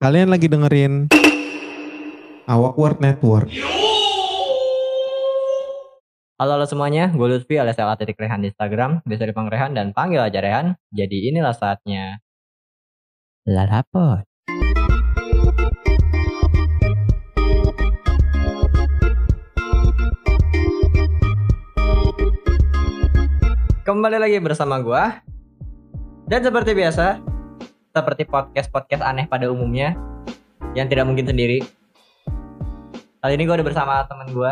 Kalian lagi dengerin Awkward Network. Halo semuanya, gue Lutfi alias @rehan di Instagram, biasa dipanggil Rehan dan panggil aja Rehan. Jadi inilah saatnya Lalapot. Kembali lagi bersama gue. Dan seperti biasa, seperti podcast-podcast aneh pada umumnya yang tidak mungkin sendiri. Kali ini gue udah bersama teman gue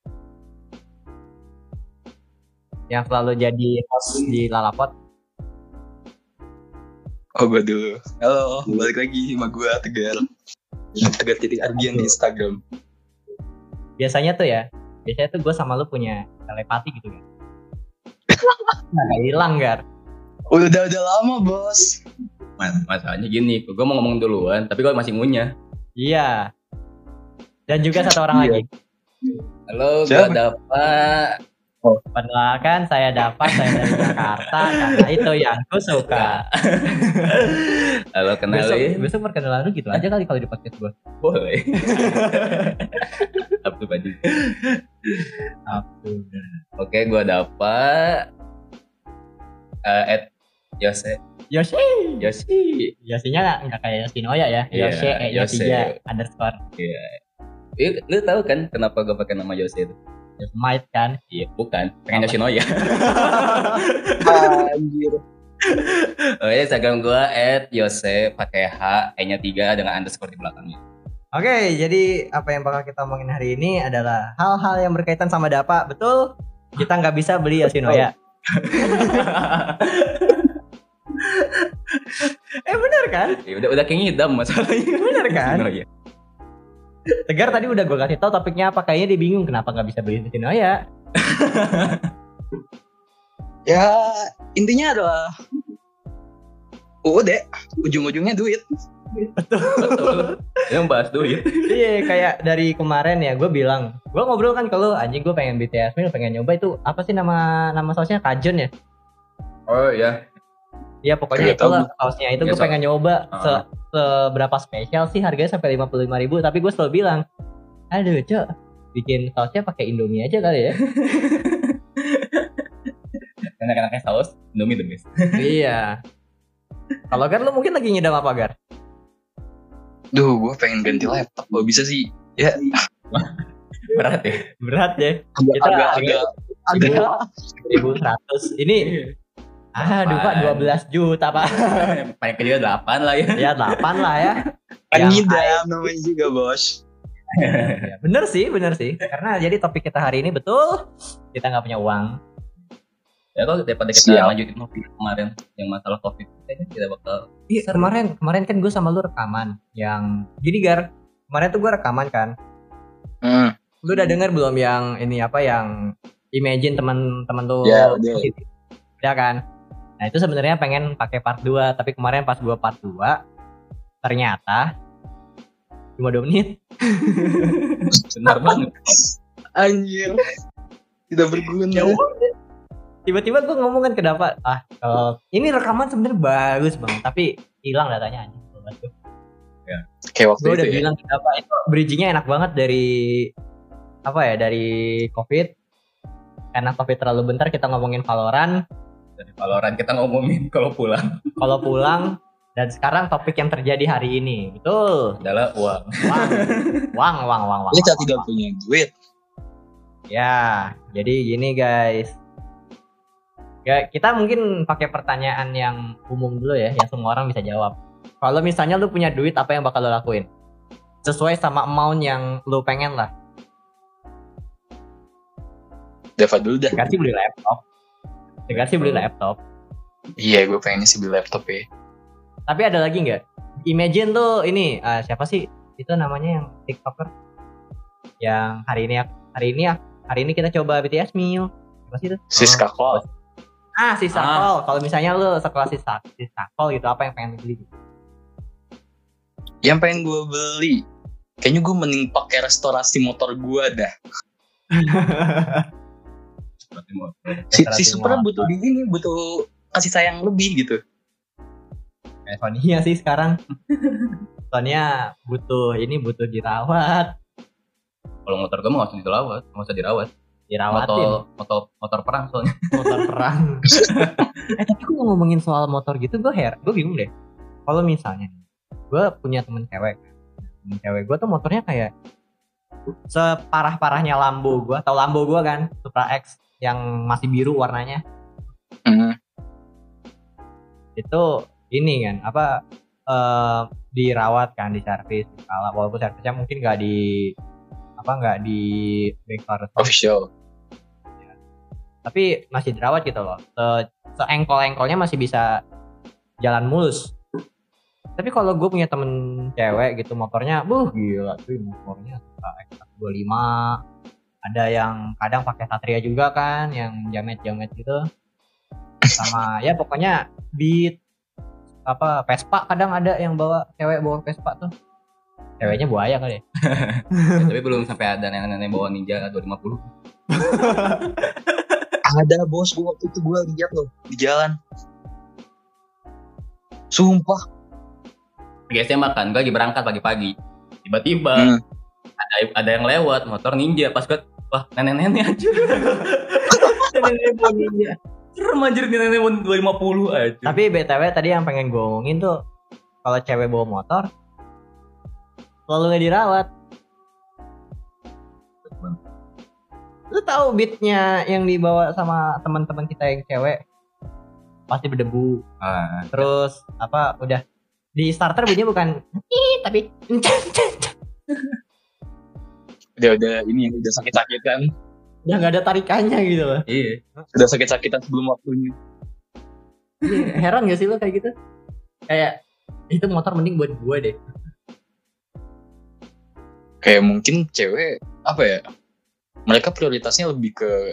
yang selalu jadi host di Lalapot. Oh, gue dulu. Halo, balik lagi sama gue Tegar. Tegar titik Ardian di Instagram. Biasanya tuh gue sama lu punya telepati gitu kan. Nggak hilang Gar. Udah lama bos. Masalahnya gini, gue mau ngomong duluan, tapi gue masih ngunyah. Iya. Dan juga satu orang lagi. Halo, gue Dapa. Perkenalkan, saya Dapa, saya dari Jakarta, karena itu yang ku suka. Halo, kenalin. Besok perkenalan lu gitu aja kali kalau di podcast gue. Boleh. Apa baju? Oke, gue Dapa. Yose. Yosinya nggak kayak Yoshinoya ya. Iya, Yose, Yose. _. Iya. Lu tahu kan kenapa gue pakai nama Yose itu? Yosemite kan? Iya, bukan. Pengen Yoshinoya. Anjir. Oh ya, Instagram gue @yose pakai H, E-nya 3 dengan underscore di belakangnya. Oke, jadi apa yang bakal kita omongin hari ini adalah hal-hal yang berkaitan sama Dapa. Betul? Kita nggak bisa beli Yoshinoya. Bener kan? Ya, udah kayak ngidam masalahnya. Bener kan? Oh, iya. Tegar tadi udah gue kasih tahu topiknya apa, kayaknya dia bingung kenapa nggak bisa beli Yoshinoya. Ya, intinya adalah udah ujung-ujungnya duit. Betul. Yang bahas duit. Iya, kayak dari kemarin ya gue bilang, gue ngobrol kan kalau anjing gue pengen BTS Meal, pengen nyoba itu apa sih nama sausnya, Kajon ya? Oh iya. Iya pokoknya itulah sausnya itu gue pengen nyoba. Seberapa spesial sih, harganya sampai 55.000, tapi gue selalu bilang, aduh cok, bikin sausnya pakai Indomie aja kali ya. Enak-enaknya saus Indomie the best. Iya. Kalau Gar lu mungkin lagi ngidam apa Gar? Duh, gue pengen ganti laptop. Kalau bisa sih, ya. Berat ya. Kita agak 1.100. Ini aduh Pak, 12 juta Pak. Paling kecil 8 lah ya. Ya 8 lah ya. ngidam namanya juga bos. Ya, bener sih. Karena jadi topik kita hari ini betul, kita nggak punya uang. Ya kalau daripada kita lanjutin topik kemarin yang masalah COVID, kayaknya kita bakal. Iya, kemarin kan gue sama lu rekaman yang gini Gar. Kemarin tuh gue rekaman kan. Lu udah denger belum yang ini apa, yang Imagine teman-teman lu? Ya, udah. Udah kan? Nah, itu sebenarnya pengen pakai part 2, tapi kemarin pas gue part 2 ternyata cuma 2 menit. Benar banget. Anjir. Tidak berguna. Ya udah. Tiba-tiba gue ngomong kan ke Dapa, ini rekaman sebenarnya bagus banget, tapi hilang datanya anjing. Ya. Kayak waktu Gue itu udah ya. bilang ke Dapa, itu bridgingnya enak banget dari COVID. Karena COVID terlalu bentar, kita ngomongin Valorant. Dari Valorant kita ngomongin kalau pulang dan sekarang topik yang terjadi hari ini, betul, adalah uang. Uang. Kita tidak punya duit. Ya, jadi gini guys. Ya, kita mungkin pakai pertanyaan yang umum dulu ya, yang semua orang bisa jawab. Kalau misalnya lu punya duit, apa yang bakal lu lakuin? Sesuai sama amount yang lu pengen lah. Deva dulu dah. Tegar sih beli laptop. Iya, gue pengen sih beli laptop ya. Tapi ada lagi nggak? Imagine tuh ini siapa sih? Itu namanya yang TikToker yang hari ini kita coba BTS Meal. Apa sih itu? Siska Call. Siska Call. Kalau misalnya lu sekelas Siska Call gitu, apa yang pengen lu beli? Yang pengen gue beli, kayaknya gue mending pakai restorasi motor gue dah. Si Supra butuh di sini, butuh kasih sayang lebih gitu. Kayak Sony sih sekarang. Soalnya butuh dirawat. Kalau motor gue mah nggak usah dirawat. Dirawatin. Motor perang soalnya. Motor perang. Tapi gue ngomongin soal motor gitu, gue bingung deh. Kalau misalnya gue punya temen cewek gue tuh motornya kayak separah-parahnya Lambo gue. Tahu Lambo gue kan, Supra X yang masih biru warnanya. Itu ini kan dirawat kan, di servis. Walaupun servisnya mungkin nggak di bengkel Official. ya. Tapi masih dirawat gitu loh. Seengkol-engkolnya masih bisa jalan mulus. Tapi kalau gue punya temen cewek gitu, motornya gila tuh, motornya X25. Ada yang kadang pakai Satria juga kan, yang jamet-jamet gitu. Sama ya pokoknya Beat Vespa, kadang ada yang bawa Vespa tuh. Ceweknya buaya kali ya. Tapi belum sampai ada nenek-nenek bawa Ninja 250. Ada bos, gua waktu itu gua lihat loh di jalan. Sumpah. Biasanya makan, gue lagi berangkat pagi-pagi. Tiba-tiba ada yang lewat motor Ninja, pas gue wah nenek-nenek aja. Nenek-nenek bawa Ninja. Serem anjir, nenek-nenek bawa 250 aja. Tapi BTW tadi yang pengen gue ngomongin tuh, kalau cewek bawa motor selalu nggak dirawat. Lu tahu Beatnya yang dibawa sama teman-teman kita yang cewek pasti berdebu. Terus udah di starter bunyinya bukan tapi udah ini yang udah sakit-sakitan. Udah nggak ada tarikannya gitu loh. Iya. Udah sakit-sakitan sebelum waktunya. Heran gak sih lo kayak gitu? Kayak itu motor mending buat gue deh. Kayak mungkin cewek mereka prioritasnya lebih ke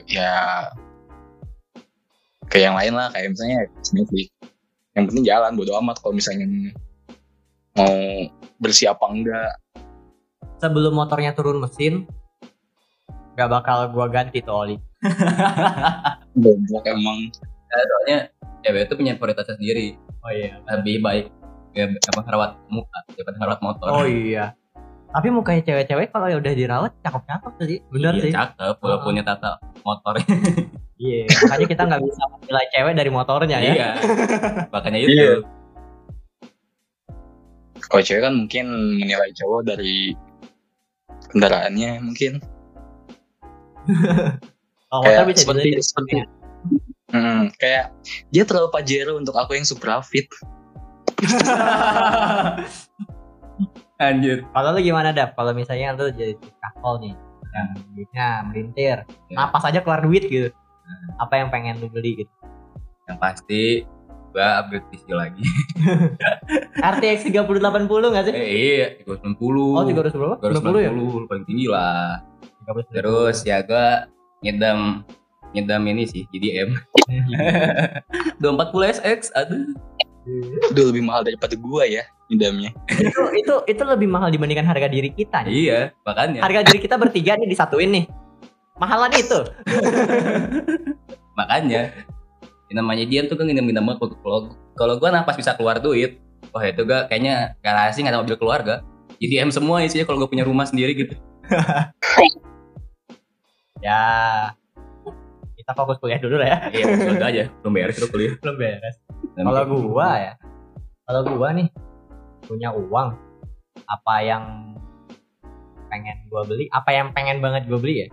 yang lain lah, kayak misalnya Netflix. Yang penting jalan, bodo amat kalau misalnya mau bersih apa enggak. Sebelum motornya turun mesin, gak bakal gua ganti tuh oli. Goblok emang. Soalnya cewek itu punya prioritasnya sendiri. Oh iya. Lebih baik rawat muka daripada rawat motor. Oh iya. Tapi mukanya cewek-cewek kalau udah dirawat cakep-cakep tuh sih. Bener sih. Cakep, walaupun punya tata motor. Iya, makanya kita nggak bisa menilai cewek dari motornya ya. Iya. Makanya itu. Kalau cewek kan mungkin menilai cowok dari kendaraannya mungkin. Oh, motor bisa seperti dilihat. Kayak dia terlalu Pajero untuk aku yang super fit. Anjir. Kalau lu gimana Dap? Kalau misalnya lu jadi kakol nih, yang duitnya melintir, napas aja keluar duit gitu. Apa yang pengen lu beli gitu? Yang pasti gua upgrade PC lagi. RTX 3080 nggak sih? Iya, 390. Oh, 300 berapa? 390 ya? Paling tinggi lah. 390. Terus ya gua ngedam ini sih, JDM. 240 SX, aduh. Udah lebih mahal daripada gua ya ngedamnya. itu lebih mahal dibandingkan harga diri kita. Iya, makanya. Harga diri kita bertiga nih disatuin nih. Mahalan itu. Makanya. Yang namanya dia tuh kan ngedam banget. Kalau gua napas bisa keluar duit. Wah itu gua kayaknya garasi nggak ada mobil keluarga. JDM semua isinya kalau gua punya rumah sendiri gitu. Ya. Kita fokus kuliah dulu lah ya. Iya, fokus aja. Belum beres itu kuliah. Belum beres. Kalau gua nih punya uang, apa yang pengen gua beli? Apa yang pengen banget gua beli ya?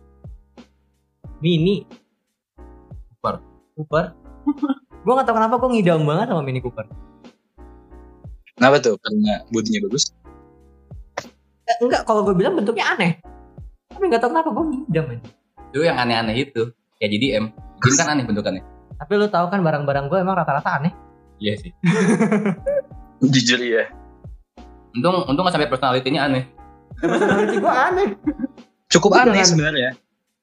Mini Cooper. Gua nggak tahu kenapa gua ngidam banget sama Mini Cooper. Kenapa tuh? Karena bodinya bagus? Enggak, kalau gua bilang bentuknya aneh. Tapi nggak tahu kenapa gua ngidam aja. Itu yang aneh-aneh itu. Ya JDM kan aneh bentukannya. Tapi lu tahu kan barang-barang gua emang rata-rata aneh. Iya sih. Jujur ya. Untung nggak sampai personalitinya aneh. Personality gua aneh. Cukup aneh sebenarnya.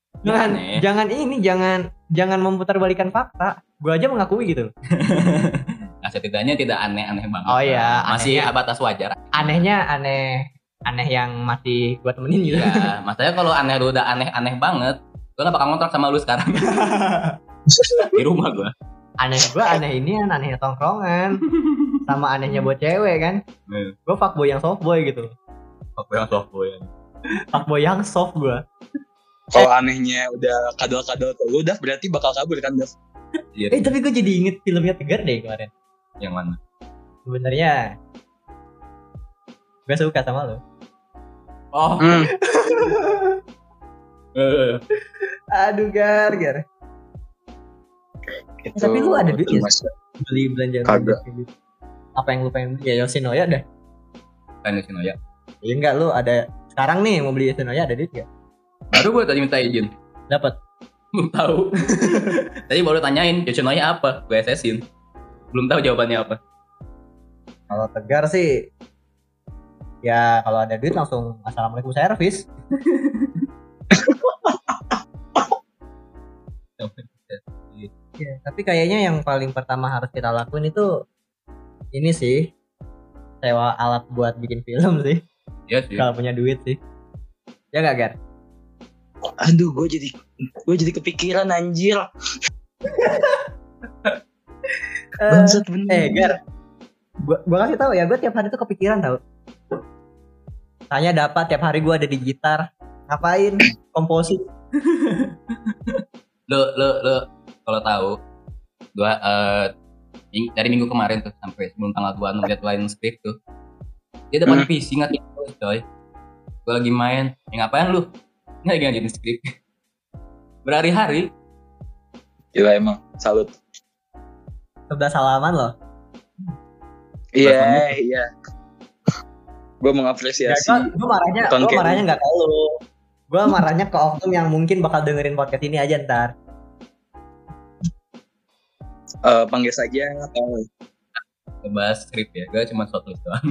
Jangan memutarbalikan fakta. Gua aja mengakui gitu. Nah, setidaknya tidak aneh-aneh banget. Oh iya, masih anehnya, batas wajar. Anehnya aneh yang masih gua temenin gitu. Ya, maksudnya kalau aneh lu udah aneh-aneh banget, gua gak bakal ngontrak sama lu sekarang. Di rumah gua. aneh gue aneh ini aneh tongkrongan sama anehnya buat cewek kan. Gue fuckboy yang softboy gitu. Fuckboy yang softboy. Fuckboy yang soft gue. Kalau anehnya udah kadal-kadal ke lu, udah berarti bakal kabur kan, Dev? Iya. Tapi gue jadi inget filmnya Tegar deh kemarin. Yang mana? Sebenarnya gue suka sama lo. Oh. Aduh gar. Itu, Tapi lu ada duit ya? Mas. Beli belanja Kagak. gitu. Apa yang lu pengen beli? Ya Yoshinoya dah. Kan Yoshinoya. Ya enggak, lu ada sekarang nih mau beli Yoshinoya ada duit gak? Baru gue tadi minta izin. Dapat. Belum tahu. Tadi baru tanyain Yoshinoya apa, gue assessin. Belum tahu jawabannya apa. Kalau Tegar sih ya kalau ada duit langsung assalamualaikum servis. Ya, tapi kayaknya yang paling pertama harus kita lakuin itu ini sih, sewa alat buat bikin film sih. Iya sih. Kalau punya duit sih. Ya nggak Gar? Aduh, gue jadi kepikiran anjir. Bangsat bener. Gar, gua kasih tahu ya, gue tiap hari tuh kepikiran tau. Tanya dapat tiap hari gue ada di gitar, ngapain? Komposit. Lo kalau tahu dari minggu kemarin tuh sampai sebelum tanggal 26 deadline script tuh. Dia depan PC ngatin terus coy. Gue lagi main, ngapain lu? Nggak lagi ngajarin script. Berhari-hari. Gila emang, salut. Udah salaman loh. Iya. Gue mengapresiasi. Gue marahnya nggak ke lu. Gue marahnya ke oknum yang mungkin bakal dengerin podcast ini aja ntar. Panggil saja atau Ngebahas script ya, gue cuma short list doang.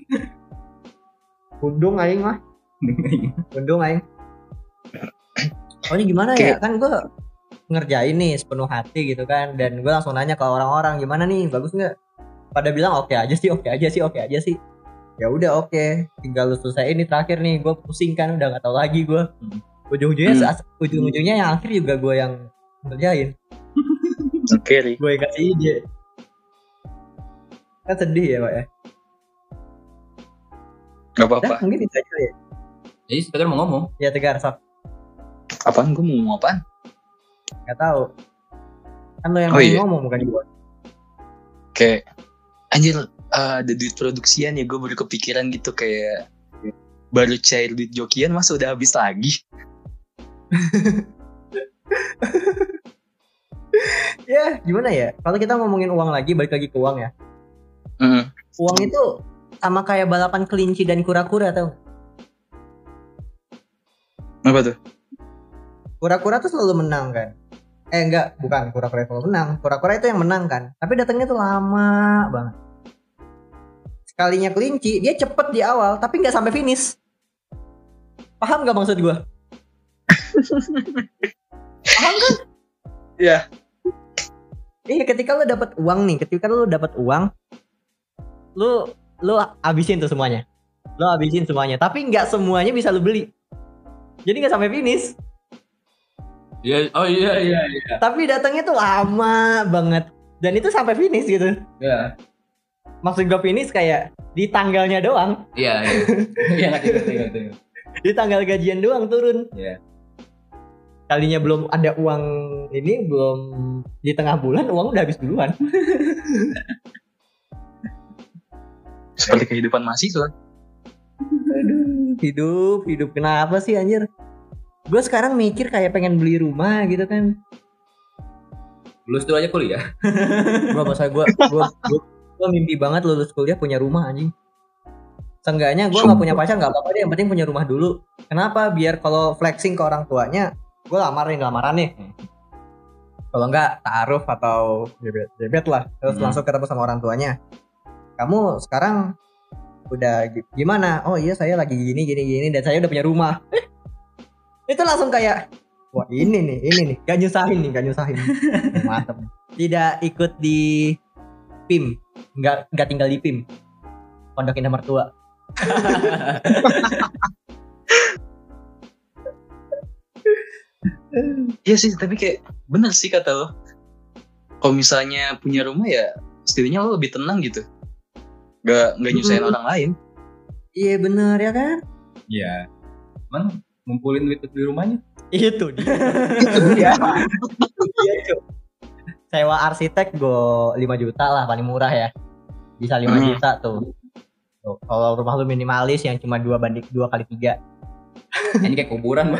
Undung aing mah. Undung aing. Oh ini gimana ya? Kan gue ngerjain nih sepenuh hati gitu kan, dan gue langsung nanya ke orang-orang gimana nih, bagus nggak? Pada bilang oke aja sih. Ya udah oke. Tinggal lu selesai ini terakhir nih, gue pusing kan udah nggak tahu lagi gue. Ujung-ujungnya yang akhir juga gue yang ngerjain. Oke. Gue kasih ide. Kan sedih ya Pak ya. Gak apa-apa. Mungkin itu aja ya. Jadi Tegar mau ngomong. Ya Tegar sok. Apaan? Gue mau ngomong apaan? Gak tahu. Kan lo yang ngomong bukan gue. Kayak anjir, ada duit produksian ya, gue baru kepikiran gitu, kayak baru cair duit jokian masa udah habis lagi. Ya gimana ya, kalau kita ngomongin uang lagi, balik lagi ke uang ya. Uang itu sama kayak balapan kelinci dan kura-kura tau. Apa tuh? Kura-kura tuh selalu menang kan. Bukan kura-kura selalu menang. Kura-kura itu yang menang kan, tapi datangnya tuh lama banget. Sekalinya kelinci, dia cepet di awal tapi gak sampai finish. Paham gak maksud gue? Paham kan? Iya. Iya, ketika lu dapat uang, lu habisin tuh semuanya. Tapi nggak semuanya bisa lu beli. Jadi nggak sampai finish. Iya, oh iya. Tapi datangnya tuh lama banget. Dan itu sampai finish gitu. Iya. Maksud gue finish kayak di tanggalnya doang. Iya. Iya ngerti. Di tanggal gajian doang turun. Iya. Kalinya belum ada uang ini, belum di tengah bulan uang udah habis duluan. Seperti kehidupan mahasiswa. Aduh, hidup kenapa sih anjir? Gue sekarang mikir kayak pengen beli rumah gitu kan. Lulus dulu aja kuliah. Gue mimpi banget lulus kuliah punya rumah anjing. Seenggaknya gue nggak punya pacar nggak apa-apa deh, yang penting punya rumah dulu. Kenapa? Biar kalau flexing ke orang tuanya, gue lamaran nih. Kalau enggak taaruf atau debet lah, terus langsung ketemu sama orang tuanya. Kamu sekarang udah gimana? Oh iya saya lagi gini dan saya udah punya rumah. Itu langsung kayak wah ini nih gak nyusahin. Mantep. Tidak ikut di PIM, nggak tinggal di PIM, Pondok Indah Mertua. Iya sih, tapi kayak bener sih kata lo. kalau misalnya punya rumah ya setidaknya lo lebih tenang gitu. Gak nyusahin orang lain. Iya bener ya kan? Iya. Cuman ngumpulin duit di rumahnya. Itu dia. Iya. Sewa arsitek go 5 juta lah paling murah ya. Bisa 5 juta tuh. Tuh, kalau rumah lu minimalis yang cuma 2x3. Ini kayak kuburan.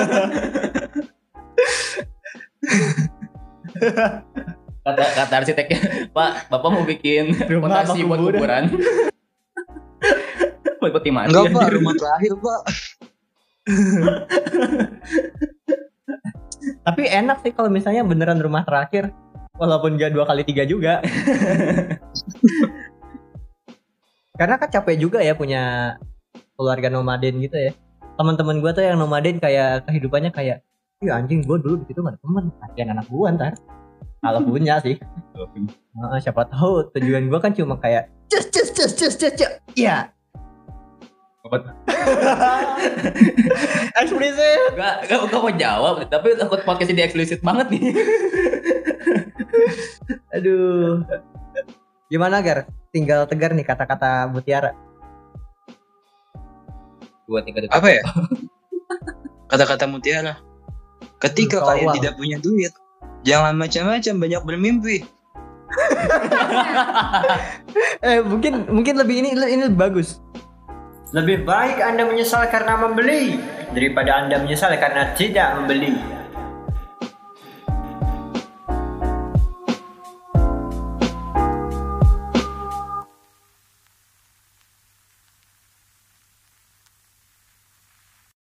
Kata arsiteknya, Pak, Bapak mau bikin Rumah fondasi apa buat kuburan? Buat peti mati. Enggak Pak, rumah terakhir Pak. Tapi enak sih kalau misalnya beneran rumah terakhir, walaupun gak 2x3 juga. Karena kan capek juga ya punya keluarga nomaden gitu ya. Teman-teman gue tuh yang nomaden kayak kehidupannya kayak, iya anjing gue dulu begitu gak ada temen, kasihan anak gue ntar. Kalau punya sih. Siapa tahu tujuan gue kan cuma kayak cus. Iya. Eksplisit. Gak mau jawab, tapi takut podcast ini eksplisit banget nih. Aduh. Gimana Gar? Tinggal tegar nih kata-kata Mutiara. 2-3 detik. Apa ya? Kata-kata Mutiara. Ketika kalian Tolong. tidak punya duit, jangan macam-macam, banyak bermimpi. Mungkin lebih ini lebih bagus. Lebih baik Anda menyesal karena membeli daripada Anda menyesal karena tidak membeli.